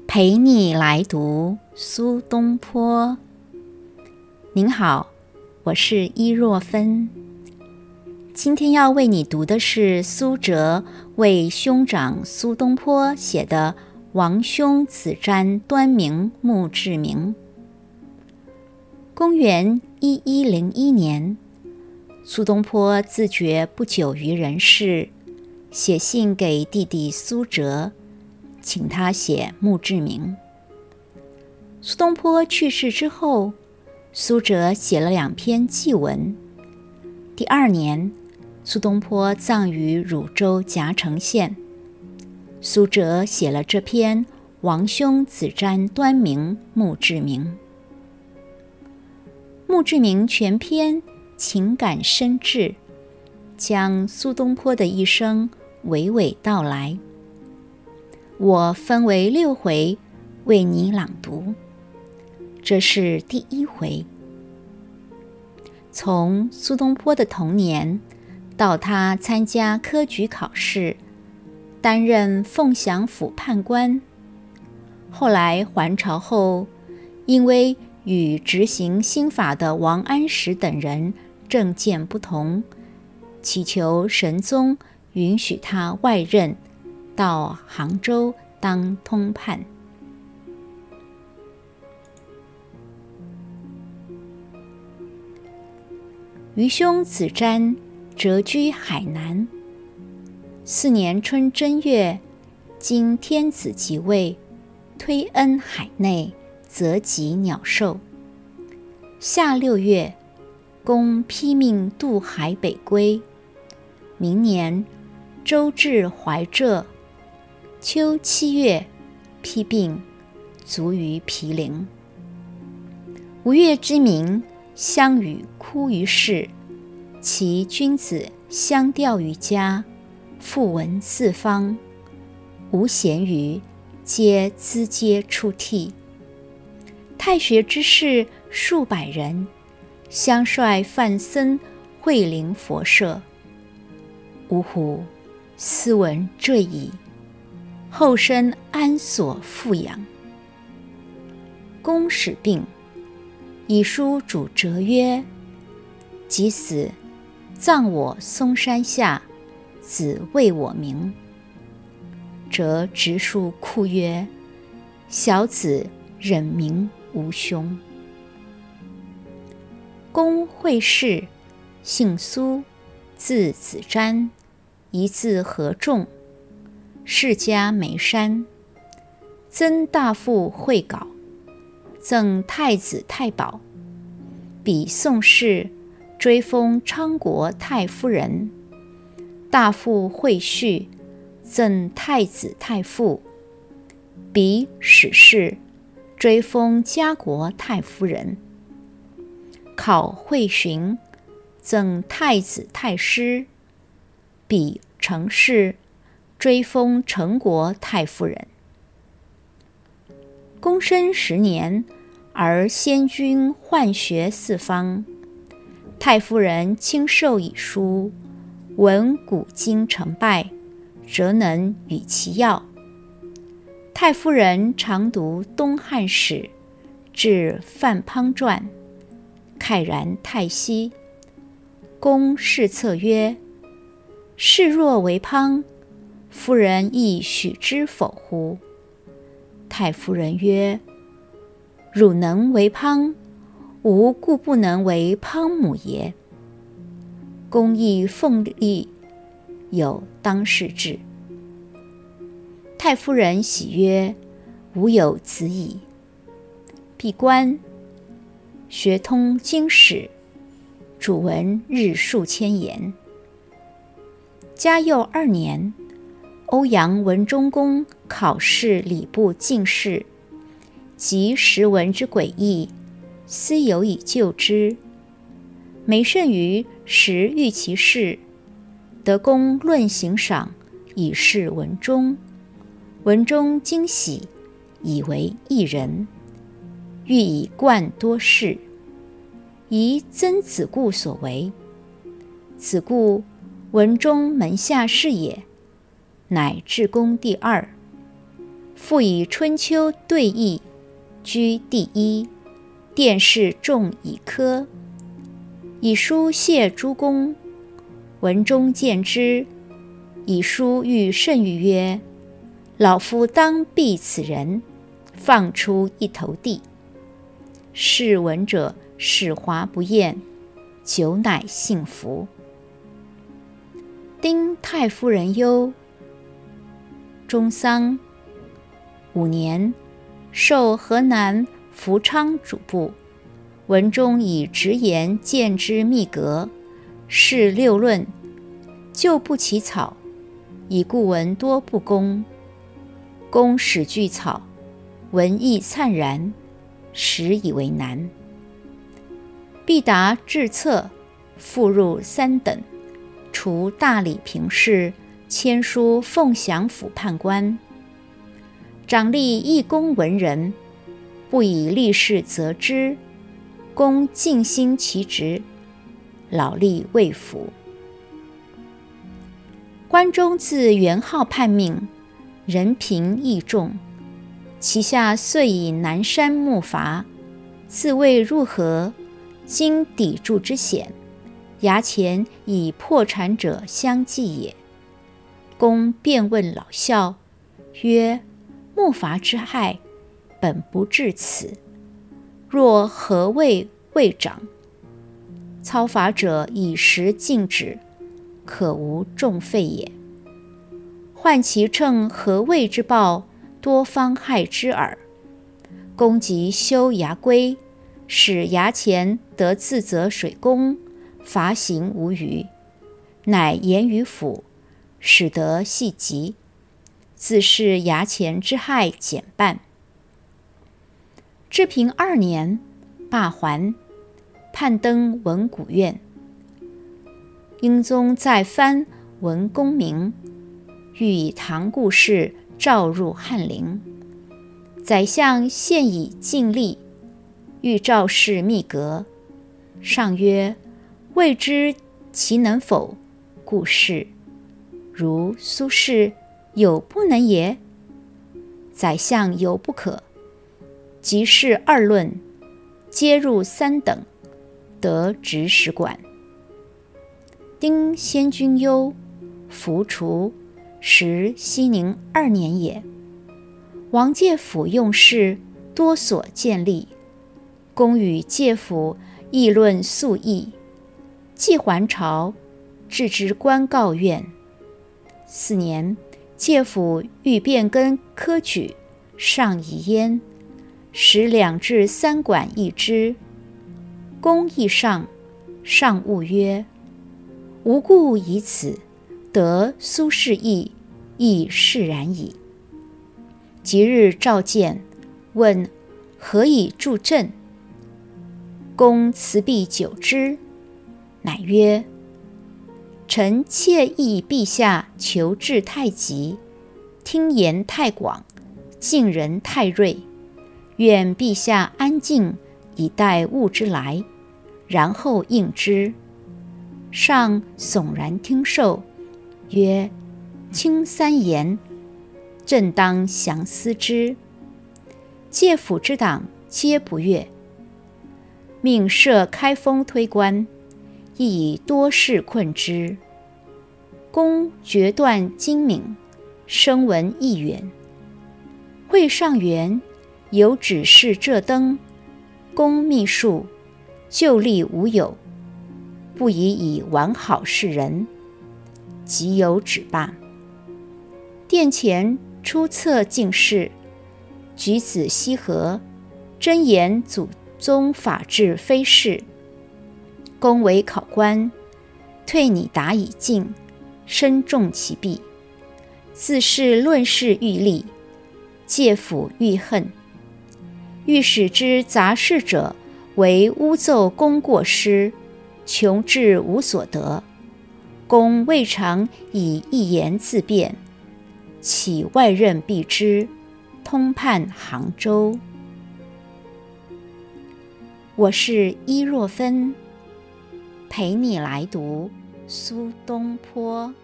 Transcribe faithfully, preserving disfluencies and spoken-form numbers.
陪你来读苏东坡。您好，我是伊若芬。今天要为你读的是苏辙为兄长苏东坡写的《王兄子瞻端明墓志铭》。公元一一零一年，苏东坡自觉不久于人世，写信给弟弟苏辙，请他写墓志铭。苏东坡去世之后，苏辙写了两篇祭文。第二年，苏东坡葬于汝州夹城县，苏辙写了这篇《王兄子瞻端明墓志铭》。墓志铭全篇情感深挚，将苏东坡的一生娓娓道来。我分为六回为你朗读。这是第一回，从苏东坡的童年到他参加科举考试，担任凤翔府判官，后来还朝后，因为与执行新法的王安石等人政见不同，祈求神宗允许他外任到杭州当通判。余兄子瞻谪居海南，四年春正月，经天子即位，推恩海内，择吉鸟兽。夏六月，公批命渡海北归。明年，舟至怀浙。秋七月，披病，卒于毗陵。吴越之民相与哭于市，其君子相吊于家，讣闻四方，无闲余，皆资嗟出涕。太学之士数百人，相率范僧会灵佛舍。呜呼！斯闻坠矣，后生安所复养？公使病，以书主辙曰：即死，葬我嵩山下，子为我名。辙直书哭曰：小子忍名无兄。公会士，姓苏，字子瞻，一字和仲，世家眉山。曾大父会稿，赠太子太保，比宋氏，追封昌国太夫人。大父会续，赠太子太傅，比史氏，追封嘉国太夫人。考会询，赠太子太师，比程氏，追封成国太夫人。公生十年，而先君宦学四方。太夫人亲授以书，闻古今成败，则能与其要。太夫人常读东汉史，至范滂传，慨然叹息。公试策曰：士若为滂，夫人亦许之否乎？太夫人曰：汝能为滂，吾故不能为滂母也。公亦奉立，有当世志。太夫人喜曰：吾有子矣。闭关，学通经史，主文日数千言。嘉佑二年，欧阳文忠公考试礼部进士，及时闻之诡异，思有以救之。每甚于时遇其事，得公论行赏，以示文忠。文忠惊喜，以为异人，欲以冠多事，疑曾子固所为。子固文忠门下士也，乃至公第二。 复以春秋对弈居第一，殿试众以科。以书谢诸公，文中见之，以书欲甚誉曰：老夫当避此人，放出一头地。视闻者始华不厌，久乃信服。丁太夫人忧，中丧。五年，授河南福昌主簿。文中以直言见之密格，释六论，就不起草，以故文多不公。公始具草，文意灿然，实以为难。必达至策，复入三等，除大理评事，签书凤翔府判官。长吏一公文人，不以吏事责之，公尽心其职，老吏未服。关中自元昊叛命，人贫义重，其下遂以南山木筏，自卫入河，经砥柱之险，衙前以破产者相继也。公便问老校，曰：木筏之害，本不至此，若河卫未长，操筏者以时禁止，可无重费也。患其乘河卫之暴，多方害之耳。公即修衙规，使衙前得自责水工，罚刑无余，乃言于府，使得细疾，自是衙前之害减半。治平二年，罢还，判登文谷院。英宗再藩闻功名，欲以唐故事召入翰林。宰相现以尽力，欲召示密格。上曰：未知其能否，故事。如苏轼有不能也？宰相有不可，即是二论，皆入三等，得执使馆。丁先君忧，服除，时熙宁二年也。王介甫用事，多所见立。公与介甫议论素议，既还朝，置之官告院。四年，介甫欲变更科举，上以焉，使两制三管议之。公议上，上悟曰：无故以此，得苏轼意，亦释然矣。即日召见，问何以助朕？公辞璧久之，乃曰：臣妾意陛下求治太急，听言太广，近人太锐，愿陛下安静，以待物之来，然后应之。上悚然听受，曰：卿三言，朕当详思之。介甫之党皆不悦，命设开封推官，亦以多事困之。公决断精敏，声闻意远。会上元，有指示浙登，公秘术，就力无有，不宜以完好示人，即有止罢。殿前出册进士，举子西河，真言祖宗法制非是。公为考官，退拟答以进，深重其弊。自是论事欲立，介甫欲恨，欲使之杂事者为诬奏公过失，穷至无所得。公未尝以一言自辩，起外任避之，通判杭州。我是伊若芬，陪你来读苏东坡。